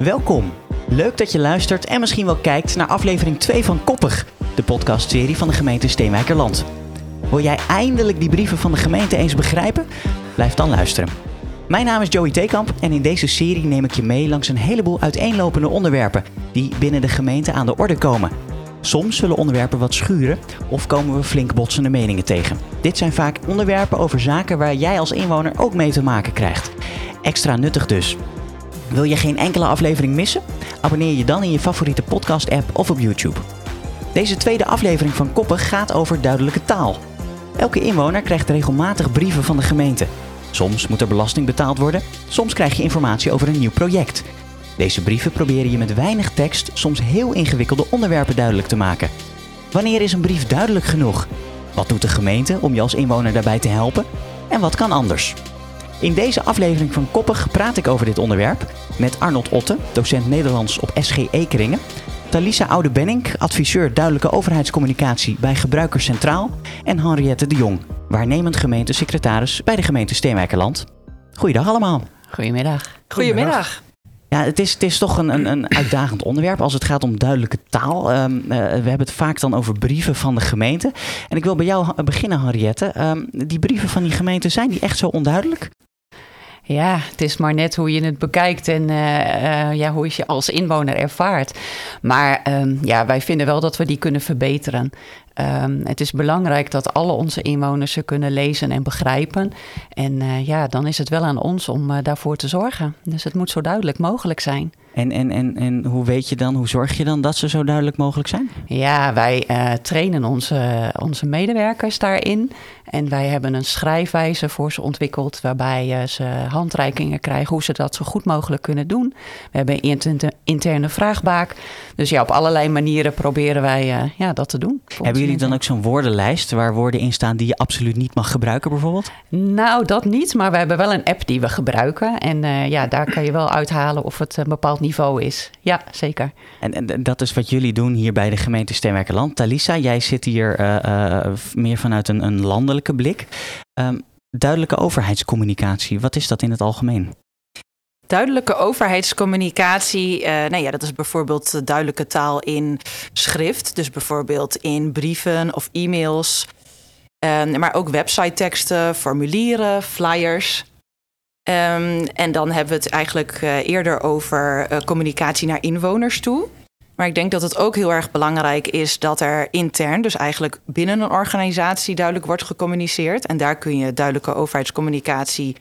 Welkom. Leuk dat je luistert en misschien wel kijkt naar aflevering 2 van Koppig, de podcastserie van de gemeente Steenwijkerland. Wil jij eindelijk die brieven van de gemeente eens begrijpen? Blijf dan luisteren. Mijn naam is Joey Theekamp en in deze serie neem ik je mee langs een heleboel uiteenlopende onderwerpen die binnen de gemeente aan de orde komen. Soms zullen onderwerpen wat schuren of komen we flink botsende meningen tegen. Dit zijn vaak onderwerpen over zaken waar jij als inwoner ook mee te maken krijgt. Extra nuttig dus. Wil je geen enkele aflevering missen? Abonneer je dan in je favoriete podcast-app of op YouTube. Deze tweede aflevering van Koppig gaat over duidelijke taal. Elke inwoner krijgt regelmatig brieven van de gemeente. Soms moet er belasting betaald worden, soms krijg je informatie over een nieuw project. Deze brieven proberen je met weinig tekst soms heel ingewikkelde onderwerpen duidelijk te maken. Wanneer is een brief duidelijk genoeg? Wat doet de gemeente om je als inwoner daarbij te helpen? En wat kan anders? In deze aflevering van Koppig praat ik over dit onderwerp met Arnold Otte, docent Nederlands op SG Ekeringen, Talisa Oude-Benink, adviseur duidelijke overheidscommunicatie bij Gebruikers Centraal en Henriette de Jong, waarnemend gemeentesecretaris bij de gemeente Steenwijkerland. Goeiedag allemaal. Goedemiddag. Goedemiddag. Ja, het is toch een uitdagend onderwerp als het gaat om duidelijke taal. We hebben het vaak dan over brieven van de gemeente. En ik wil bij jou beginnen, Henriette. Die brieven van die gemeente, zijn die echt zo onduidelijk? Ja, het is maar net hoe je het bekijkt en hoe je je als inwoner ervaart. Maar wij vinden wel dat we die kunnen verbeteren. Het is belangrijk dat alle onze inwoners ze kunnen lezen en begrijpen. En dan is het wel aan ons om daarvoor te zorgen. Dus het moet zo duidelijk mogelijk zijn. En hoe weet je dan, hoe zorg je dan dat ze zo duidelijk mogelijk zijn? Ja, wij trainen onze medewerkers daarin. En wij hebben een schrijfwijze voor ze ontwikkeld, waarbij ze handreikingen krijgen hoe ze dat zo goed mogelijk kunnen doen. We hebben een interne vraagbaak. Dus ja, op allerlei manieren proberen wij dat te doen. Hebben jullie dan ook zo'n woordenlijst waar woorden in staan die je absoluut niet mag gebruiken bijvoorbeeld? Nou, dat niet, maar we hebben wel een app die we gebruiken. En daar kan je wel uithalen of het een bepaald niveau is. Ja, zeker. En dat is wat jullie doen hier bij de gemeente Steenwijkerland. Talisa, jij zit hier meer vanuit een landelijke blik. Duidelijke overheidscommunicatie, wat is dat in het algemeen? Duidelijke overheidscommunicatie, dat is bijvoorbeeld duidelijke taal in schrift. Dus bijvoorbeeld in brieven of e-mails. Maar ook websiteteksten, formulieren, flyers. En dan hebben we het eigenlijk eerder over communicatie naar inwoners toe. Maar ik denk dat het ook heel erg belangrijk is dat er intern, dus eigenlijk binnen een organisatie, duidelijk wordt gecommuniceerd. En daar kun je duidelijke overheidscommunicatie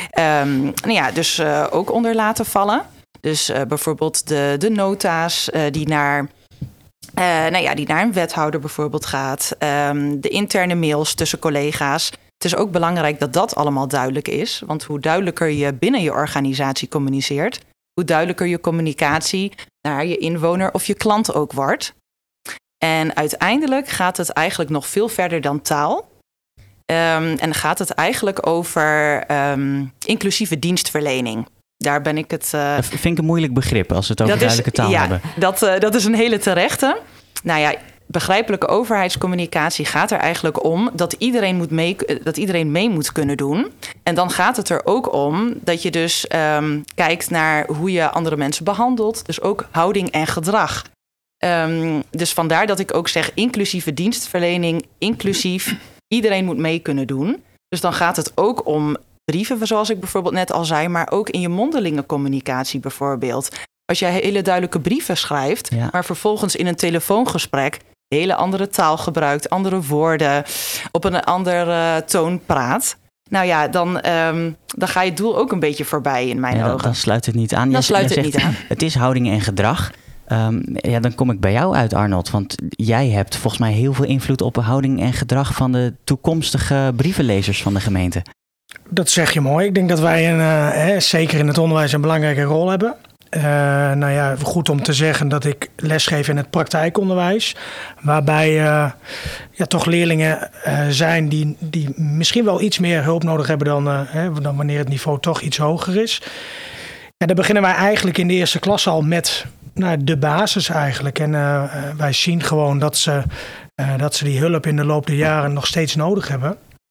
ook onder laten vallen. Dus bijvoorbeeld de nota's die naar een wethouder bijvoorbeeld gaat. De interne mails tussen collega's. Het is ook belangrijk dat dat allemaal duidelijk is. Want hoe duidelijker je binnen je organisatie communiceert, hoe duidelijker je communicatie naar je inwoner of je klant ook wordt. En uiteindelijk gaat het eigenlijk nog veel verder dan taal. En gaat het eigenlijk over inclusieve dienstverlening. Daar ben ik het... Dat vind ik een moeilijk begrip als we het over duidelijke taal hebben. Dat is een hele terechte. Nou ja, begrijpelijke overheidscommunicatie gaat er eigenlijk om dat iedereen mee moet kunnen doen. En dan gaat het er ook om dat je dus kijkt naar hoe je andere mensen behandelt. Dus ook houding en gedrag. Dus vandaar dat ik ook zeg inclusieve dienstverlening, inclusief iedereen moet mee kunnen doen. Dus dan gaat het ook om brieven, zoals ik bijvoorbeeld net al zei, maar ook in je mondelinge communicatie bijvoorbeeld. Als jij hele duidelijke brieven schrijft, maar vervolgens in een telefoongesprek hele andere taal gebruikt, andere woorden, op een andere toon praat. Nou ja, dan ga je het doel ook een beetje voorbij in mijn ogen. Dan sluit het niet aan. Het is houding en gedrag. Dan kom ik bij jou uit, Arnold. Want jij hebt volgens mij heel veel invloed op de houding en gedrag van de toekomstige brievenlezers van de gemeente. Dat zeg je mooi. Ik denk dat wij zeker in het onderwijs een belangrijke rol hebben. Goed om te zeggen dat ik lesgeef in het praktijkonderwijs. Waarbij toch leerlingen zijn die misschien wel iets meer hulp nodig hebben dan wanneer het niveau toch iets hoger is. Ja, daar beginnen wij eigenlijk in de eerste klas al met de basis eigenlijk. En wij zien gewoon dat ze die hulp in de loop der jaren nog steeds nodig hebben.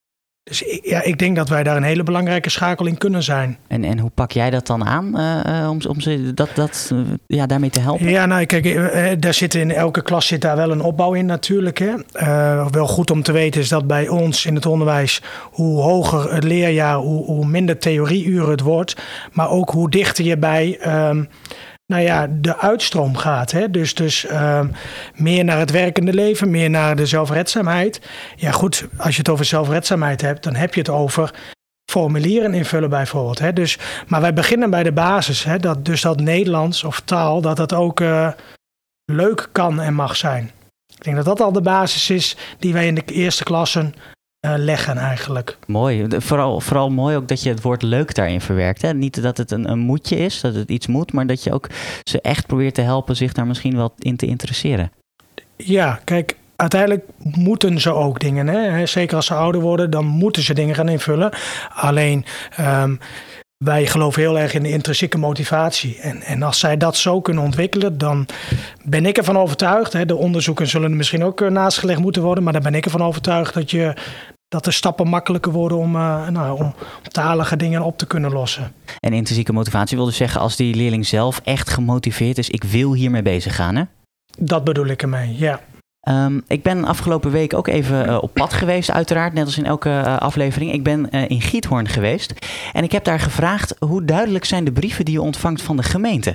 Dus ik denk dat wij daar een hele belangrijke schakel in kunnen zijn. En hoe pak jij dat dan aan om ze daarmee te helpen? Ja, nou kijk, in elke klas zit daar wel een opbouw in natuurlijk. Hè. Wel goed om te weten is dat bij ons in het onderwijs, hoe hoger het leerjaar, hoe minder theorieuren het wordt. Maar ook hoe dichter je bij de uitstroom gaat. Hè. Dus meer naar het werkende leven, meer naar de zelfredzaamheid. Ja goed, als je het over zelfredzaamheid hebt, dan heb je het over formulieren invullen bijvoorbeeld. Hè. Maar wij beginnen bij de basis. Hè, dat Nederlands of taal, dat ook leuk kan en mag zijn. Ik denk dat dat al de basis is die wij in de eerste klassen leggen eigenlijk. Mooi. Vooral mooi ook dat je het woord leuk daarin verwerkt. Hè? Niet dat het een moetje is, dat het iets moet, maar dat je ook ze echt probeert te helpen zich daar misschien wel in te interesseren. Ja, kijk, uiteindelijk moeten ze ook dingen. Hè? Zeker als ze ouder worden, dan moeten ze dingen gaan invullen. Alleen, wij geloven heel erg in de intrinsieke motivatie. En als zij dat zo kunnen ontwikkelen, dan ben ik ervan overtuigd. Hè, de onderzoeken zullen er misschien ook naastgelegd moeten worden. Maar dan ben ik ervan overtuigd dat de stappen makkelijker worden om talige dingen op te kunnen lossen. En intrinsieke motivatie wil dus zeggen, als die leerling zelf echt gemotiveerd is, ik wil hiermee bezig gaan, hè? Dat bedoel ik ermee, ja. Ik ben afgelopen week ook even op pad geweest, uiteraard, net als in elke aflevering. Ik ben in Giethoorn geweest en ik heb daar gevraagd hoe duidelijk zijn de brieven die je ontvangt van de gemeente?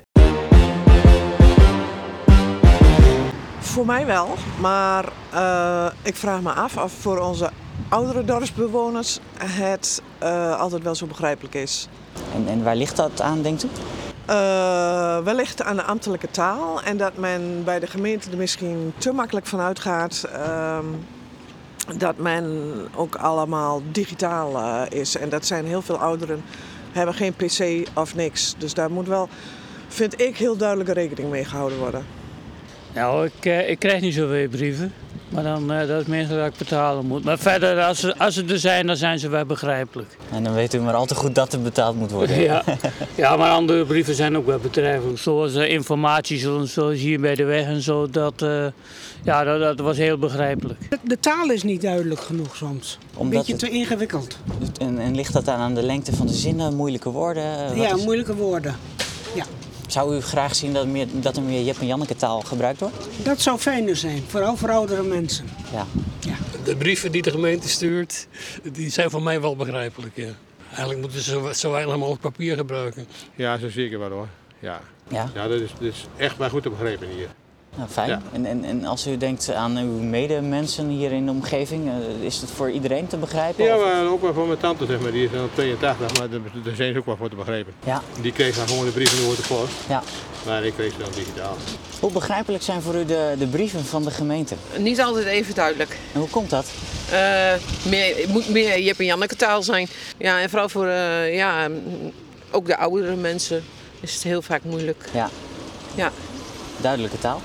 Voor mij wel, maar ik vraag me af of voor onze oudere dorpsbewoners het altijd wel zo begrijpelijk is. En waar ligt dat aan, denkt u? Wellicht aan de ambtelijke taal en dat men bij de gemeente er misschien te makkelijk van uitgaat dat men ook allemaal digitaal is. En dat zijn heel veel ouderen, hebben geen pc of niks. Dus daar moet wel, vind ik, heel duidelijke rekening mee gehouden worden. Nou, ik krijg niet zoveel brieven, maar dan dat is meestal dat ik betalen moet. Maar verder, als ze er zijn, dan zijn ze wel begrijpelijk. En dan weet u maar al te goed dat er betaald moet worden. Ja, maar andere brieven zijn ook wel bedrijvelijk. Zoals informatie, zoals hier bij de weg en zo, dat was heel begrijpelijk. De taal is niet duidelijk genoeg soms. Een beetje te ingewikkeld. En ligt dat aan de lengte van de zinnen, moeilijke woorden? Moeilijke woorden. Ja. Zou u graag zien dat er meer Jip en Janneke taal gebruikt wordt? Dat zou fijner zijn, vooral voor oudere mensen. Ja. De brieven die de gemeente stuurt, die zijn voor mij wel begrijpelijk. Ja. Eigenlijk moeten ze zo weinig mogelijk papier gebruiken. Ja, zo zeker wel hoor. Ja, dat is echt wel goed te begrijpen hier. Nou, fijn. Ja. En als u denkt aan uw medemensen hier in de omgeving, is het voor iedereen te begrijpen? Ja, maar ook wel voor mijn tante, zeg maar. Die is dan 82, maar daar zijn ze ook wel voor te begrijpen. Ja. Die kreeg dan gewoon de brieven door de post. Ja. Maar ik kreeg ze dan digitaal. Hoe begrijpelijk zijn voor u de brieven van de gemeente? Niet altijd even duidelijk. En hoe komt dat? Het moet meer Jip en Janneke taal zijn. Ja, en vooral voor ook de oudere mensen is het heel vaak moeilijk. Ja. Duidelijke taal.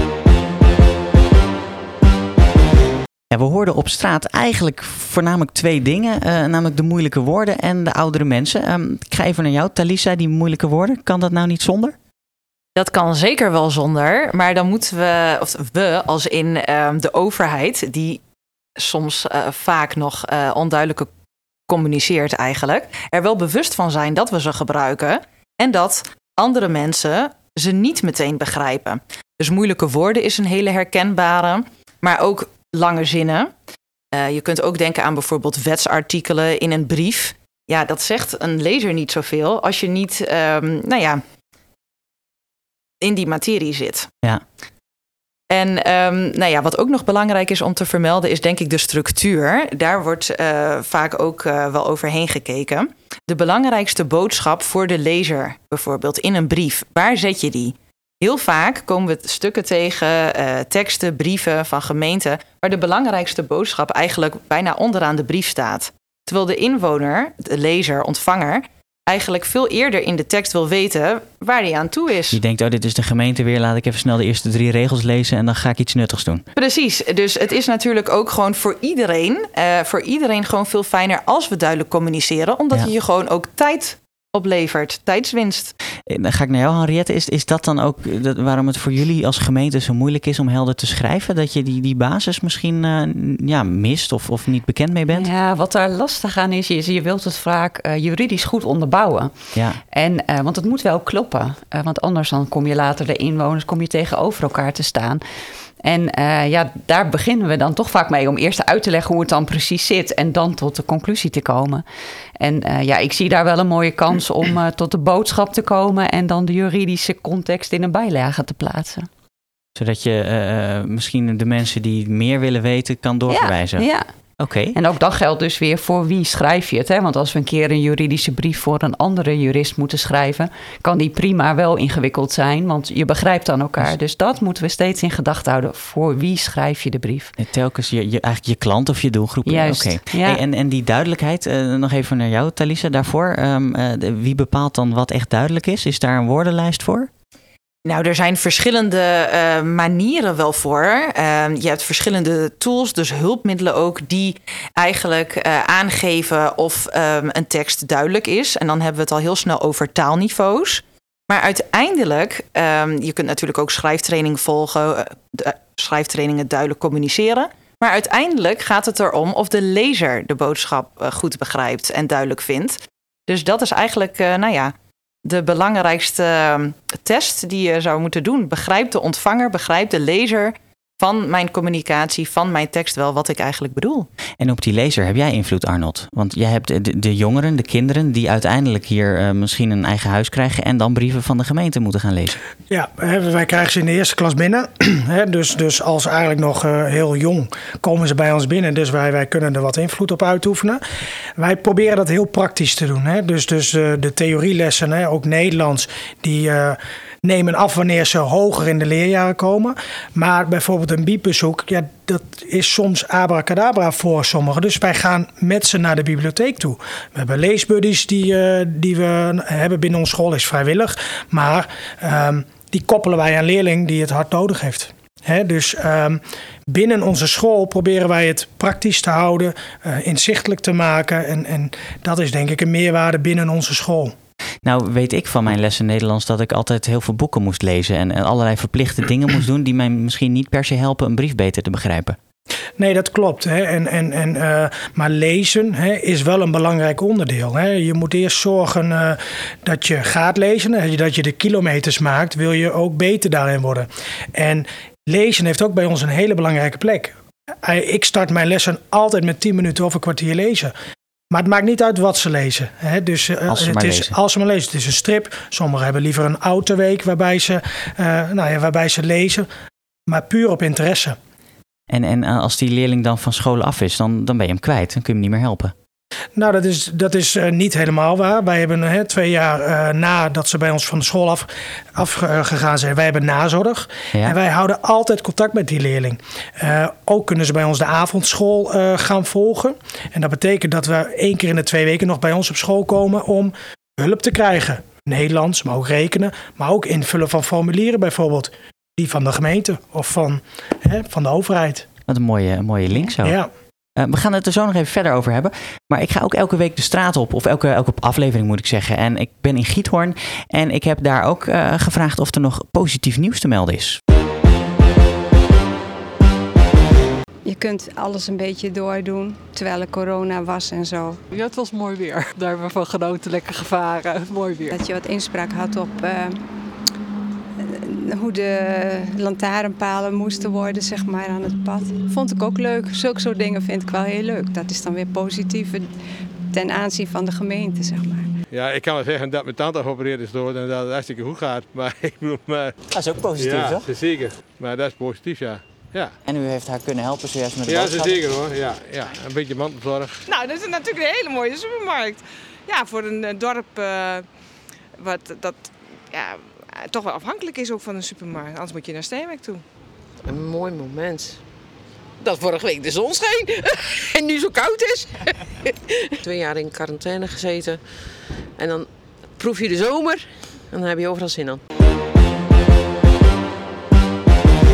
Ja, we hoorden op straat eigenlijk voornamelijk twee dingen. Namelijk de moeilijke woorden en de oudere mensen. Ik ga even naar jou, Talisa, die moeilijke woorden. Kan dat nou niet zonder? Dat kan zeker wel zonder, maar dan moeten we als in de overheid, die soms vaak nog onduidelijk communiceert eigenlijk, er wel bewust van zijn dat we ze gebruiken en dat andere mensen ze niet meteen begrijpen. Dus moeilijke woorden is een hele herkenbare, maar ook lange zinnen. Je kunt ook denken aan bijvoorbeeld wetsartikelen in een brief. Ja, dat zegt een lezer niet zoveel als je niet in die materie zit. Ja. En wat ook nog belangrijk is om te vermelden is denk ik de structuur. Daar wordt vaak ook wel overheen gekeken. De belangrijkste boodschap voor de lezer bijvoorbeeld in een brief. Waar zet je die? Heel vaak komen we stukken tegen, teksten, brieven van gemeenten, waar de belangrijkste boodschap eigenlijk bijna onderaan de brief staat. Terwijl de inwoner, de lezer, ontvanger, eigenlijk veel eerder in de tekst wil weten waar hij aan toe is. Je denkt, dit is de gemeente weer, laat ik even snel de eerste 3 regels lezen en dan ga ik iets nuttigs doen. Precies, dus het is natuurlijk ook gewoon voor iedereen gewoon veel fijner als we duidelijk communiceren, omdat je gewoon ook tijd oplevert. Tijdswinst. Dan ga ik naar jou, Henriette. Is dat dan ook waarom het voor jullie als gemeente zo moeilijk is om helder te schrijven? Dat je die basis misschien mist of niet bekend mee bent? Ja, wat daar lastig aan is je wilt het vaak juridisch goed onderbouwen. Ja. Want het moet wel kloppen. Want anders dan kom je later de inwoners tegenover elkaar te staan. En daar beginnen we dan toch vaak mee om eerst uit te leggen hoe het dan precies zit en dan tot de conclusie te komen. En ik zie daar wel een mooie kans om tot de boodschap te komen en dan de juridische context in een bijlage te plaatsen. Zodat je misschien de mensen die meer willen weten kan doorverwijzen. Ja. Oké. En ook dat geldt dus weer voor wie schrijf je het. Hè? Want als we een keer een juridische brief voor een andere jurist moeten schrijven, kan die prima wel ingewikkeld zijn, want je begrijpt dan elkaar. Dus dat moeten we steeds in gedachten houden. Voor wie schrijf je de brief? Telkens eigenlijk je klant of je doelgroep. Juist. Okay. Ja. Hey, en die duidelijkheid, nog even naar jou, Thalisa, daarvoor. Wie bepaalt dan wat echt duidelijk is? Is daar een woordenlijst voor? Nou, er zijn verschillende manieren wel voor. Je hebt verschillende tools, dus hulpmiddelen ook, die eigenlijk aangeven of een tekst duidelijk is. En dan hebben we het al heel snel over taalniveaus. Maar uiteindelijk, je kunt natuurlijk ook schrijftraining volgen, schrijftrainingen duidelijk communiceren. Maar uiteindelijk gaat het erom of de lezer de boodschap goed begrijpt en duidelijk vindt. Dus dat is eigenlijk, de belangrijkste test die je zou moeten doen. Begrijpt de ontvanger, begrijpt de lezer van mijn communicatie, van mijn tekst wel wat ik eigenlijk bedoel. En op die lezer heb jij invloed, Arnold? Want jij hebt de jongeren, de kinderen die uiteindelijk hier misschien een eigen huis krijgen en dan brieven van de gemeente moeten gaan lezen. Ja, wij krijgen ze in de eerste klas binnen. Dus als eigenlijk nog heel jong komen ze bij ons binnen. Dus wij kunnen er wat invloed op uitoefenen. Wij proberen dat heel praktisch te doen. Dus de theorielessen, ook Nederlands, die nemen af wanneer ze hoger in de leerjaren komen. Maar bijvoorbeeld een biepbezoek, dat is soms abracadabra voor sommigen. Dus wij gaan met ze naar de bibliotheek toe. We hebben leesbuddies die we hebben binnen onze school, is vrijwillig. Maar die koppelen wij aan leerling die het hard nodig heeft. Dus binnen onze school proberen wij het praktisch te houden, inzichtelijk te maken. En dat is denk ik een meerwaarde binnen onze school. Nou weet ik van mijn lessen Nederlands dat ik altijd heel veel boeken moest lezen en allerlei verplichte dingen moest doen die mij misschien niet per se helpen een brief beter te begrijpen. Nee, dat klopt. Maar lezen is wel een belangrijk onderdeel. Je moet eerst zorgen dat je gaat lezen. Dat je de kilometers maakt, wil je ook beter daarin worden. En lezen heeft ook bij ons een hele belangrijke plek. Ik start mijn lessen altijd met 10 minuten of een kwartier lezen. Maar het maakt niet uit wat ze lezen. Dus als ze maar lezen. Het is een strip. Sommigen hebben liever een autoweek waarbij ze lezen. Maar puur op interesse. En als die leerling dan van school af is, dan ben je hem kwijt. Dan kun je hem niet meer helpen. Nou, dat is niet helemaal waar. Wij hebben 2 jaar nadat ze bij ons van de school afgegaan zijn, wij hebben nazorg. Ja. En wij houden altijd contact met die leerling. Ook kunnen ze bij ons de avondschool gaan volgen. En dat betekent dat we 1 keer in de 2 weken nog bij ons op school komen om hulp te krijgen. Nederlands, maar ook rekenen. Maar ook invullen van formulieren bijvoorbeeld. Die van de gemeente of van de overheid. Wat een mooie link zo. Ja. We gaan het er zo nog even verder over hebben. Maar ik ga ook elke week de straat op. Of elke aflevering moet ik zeggen. En ik ben in Giethoorn. En ik heb daar ook gevraagd of er nog positief nieuws te melden is. Je kunt alles een beetje doordoen, terwijl er corona was en zo. Ja, het was mooi weer. Daar hebben we van genoten, lekker gevaren. Mooi weer. Dat je wat inspraak had op hoe de lantaarnpalen moesten worden, zeg maar, aan het pad. Vond ik ook leuk. Zulke soort dingen vind ik wel heel leuk. Dat is dan weer positief ten aanzien van de gemeente, zeg maar. Ja, ik kan wel zeggen dat mijn tand geopereerd is door en dat het hartstikke goed gaat. Maar ik bedoel, dat is ook positief, toch? Ja, zeker. Maar dat is positief, ja. Ja. En u heeft haar kunnen helpen zojuist met de boodschappen? Ja, zeker hoor. Ja. Een beetje mantelzorg. Nou, dat is natuurlijk een hele mooie supermarkt. Ja, voor een dorp toch wel afhankelijk is ook van een supermarkt. Anders moet je naar Steenwijk toe. Een mooi moment. Dat vorige week de zon scheen en nu zo koud is. 2 jaar in quarantaine gezeten. En dan proef je de zomer en dan heb je overal zin aan.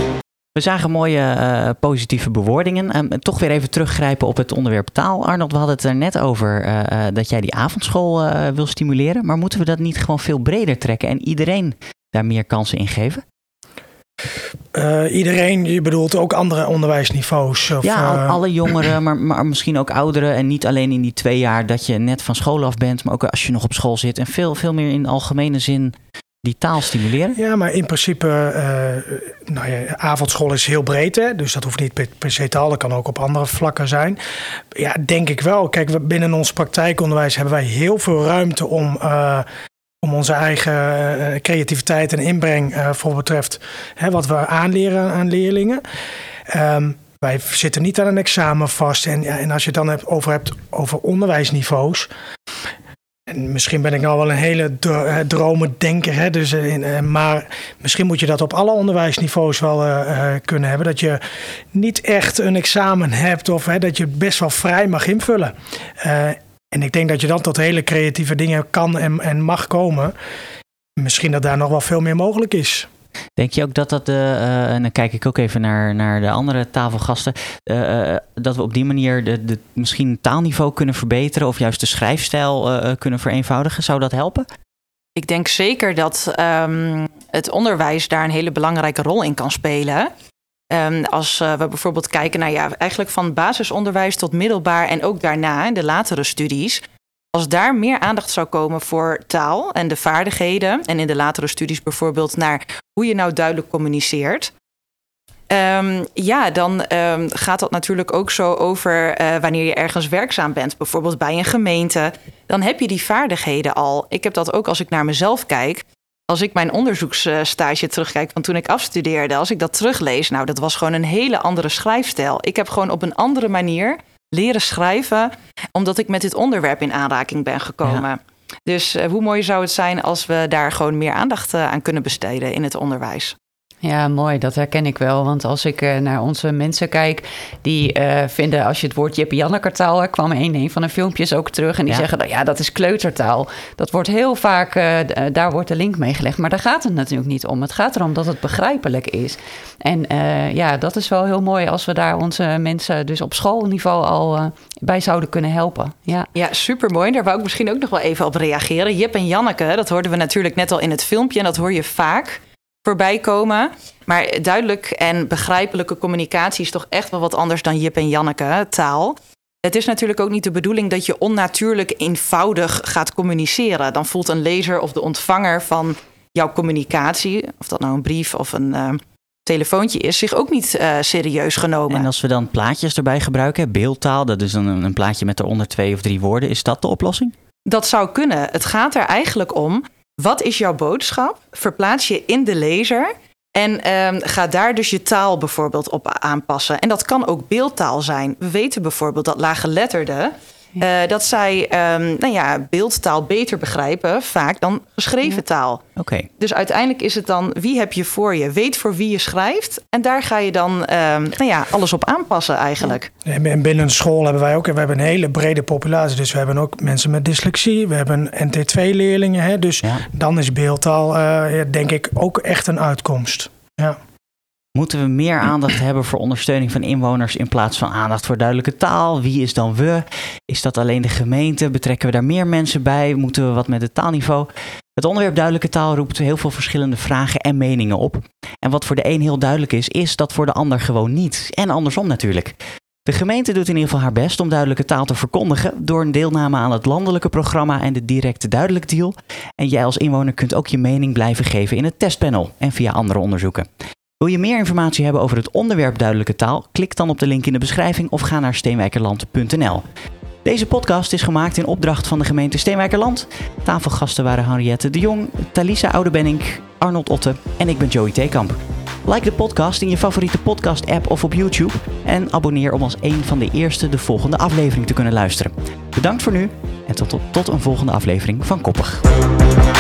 We zagen mooie positieve bewoordingen. Toch weer even teruggrijpen op het onderwerp taal. Arnold, we hadden het er net over dat jij die avondschool wil stimuleren. Maar moeten we dat niet gewoon veel breder trekken en iedereen daar meer kansen in geven? Iedereen, je bedoelt ook andere onderwijsniveaus? Of, alle jongeren, maar misschien ook ouderen. En niet alleen in die 2 jaar dat je net van school af bent, maar ook als je nog op school zit. En veel meer in algemene zin die taal stimuleren? Ja, maar in principe, avondschool is heel breed. Hè? Dus dat hoeft niet per se taal, dat kan ook op andere vlakken zijn. Ja, denk ik wel. Kijk, binnen ons praktijkonderwijs hebben wij heel veel ruimte om onze eigen creativiteit en inbreng voor betreft wat we aanleren aan leerlingen. Wij zitten niet aan een examen vast. En als je het dan hebt over onderwijsniveaus. En misschien ben ik nou wel een hele dromendenker. Hè? Dus, maar misschien moet je dat op alle onderwijsniveaus wel kunnen hebben. Dat je niet echt een examen hebt of dat je het best wel vrij mag invullen. En ik denk dat je dan tot hele creatieve dingen kan en mag komen. Misschien dat daar nog wel veel meer mogelijk is. Denk je ook dat en dan kijk ik ook even naar de andere tafelgasten, dat we op die manier misschien het taalniveau kunnen verbeteren of juist de schrijfstijl kunnen vereenvoudigen? Zou dat helpen? Ik denk zeker dat het onderwijs daar een hele belangrijke rol in kan spelen. Als we bijvoorbeeld kijken naar eigenlijk van basisonderwijs tot middelbaar en ook daarna in de latere studies. Als daar meer aandacht zou komen voor taal en de vaardigheden en in de latere studies bijvoorbeeld naar hoe je nou duidelijk communiceert. Dan gaat dat natuurlijk ook zo over wanneer je ergens werkzaam bent. Bijvoorbeeld bij een gemeente. Dan heb je die vaardigheden al. Ik heb dat ook als ik naar mezelf kijk. Als ik mijn onderzoeksstage terugkijk van toen ik afstudeerde. Als ik dat teruglees, dat was gewoon een hele andere schrijfstijl. Ik heb gewoon op een andere manier leren schrijven, omdat ik met dit onderwerp in aanraking ben gekomen. Ja. Dus hoe mooi zou het zijn als we daar gewoon meer aandacht aan kunnen besteden in het onderwijs. Ja, mooi. Dat herken ik wel. Want als ik naar onze mensen kijk, die vinden als je het woord Jip-Jannekertaal, kwam een van de filmpjes ook terug. En die zeggen, dat is kleutertaal. Dat wordt heel vaak, daar wordt de link mee gelegd. Maar daar gaat het natuurlijk niet om. Het gaat erom dat het begrijpelijk is. En dat is wel heel mooi als we daar onze mensen dus op schoolniveau al bij zouden kunnen helpen. Ja, supermooi. Daar wou ik misschien ook nog wel even op reageren. Jip en Janneke, dat hoorden we natuurlijk net al in het filmpje. En dat hoor je vaak voorbij komen. Maar duidelijk en begrijpelijke communicatie is toch echt wel wat anders dan Jip en Janneke taal. Het is natuurlijk ook niet de bedoeling dat je onnatuurlijk eenvoudig gaat communiceren. Dan voelt een lezer of de ontvanger van jouw communicatie, of dat nou een brief of een telefoontje is, zich ook niet serieus genomen. En als we dan plaatjes erbij gebruiken, beeldtaal, dat is een plaatje met eronder 2 of 3 woorden, is dat de oplossing? Dat zou kunnen. Het gaat er eigenlijk om, wat is jouw boodschap? Verplaats je in de lezer en ga daar dus je taal bijvoorbeeld op aanpassen. En dat kan ook beeldtaal zijn. We weten bijvoorbeeld dat laaggeletterden, dat zij beeldtaal beter begrijpen vaak dan geschreven taal. Okay. Dus uiteindelijk is het dan, wie heb je voor je? Weet voor wie je schrijft. En daar ga je dan alles op aanpassen eigenlijk. En binnen een school hebben wij ook, we hebben een hele brede populatie. Dus we hebben ook mensen met dyslexie. We hebben NT2-leerlingen. Hè? Dus dan is beeldtaal denk ik ook echt een uitkomst. Ja. Moeten we meer aandacht hebben voor ondersteuning van inwoners in plaats van aandacht voor duidelijke taal? Wie is dan we? Is dat alleen de gemeente? Betrekken we daar meer mensen bij? Moeten we wat met het taalniveau? Het onderwerp duidelijke taal roept heel veel verschillende vragen en meningen op. En wat voor de een heel duidelijk is dat voor de ander gewoon niet. En andersom natuurlijk. De gemeente doet in ieder geval haar best om duidelijke taal te verkondigen door een deelname aan het landelijke programma en de directe duidelijk deal. En jij als inwoner kunt ook je mening blijven geven in het testpanel en via andere onderzoeken. Wil je meer informatie hebben over het onderwerp duidelijke taal? Klik dan op de link in de beschrijving of ga naar steenwijkerland.nl. Deze podcast is gemaakt in opdracht van de gemeente Steenwijkerland. Tafelgasten waren Henriette de Jong, Thalisa Oudebenink, Arnold Otte en ik ben Joey Theekamp. Like de podcast in je favoriete podcast-app of op YouTube. En abonneer om als een van de eerste de volgende aflevering te kunnen luisteren. Bedankt voor nu en tot een volgende aflevering van Koppig.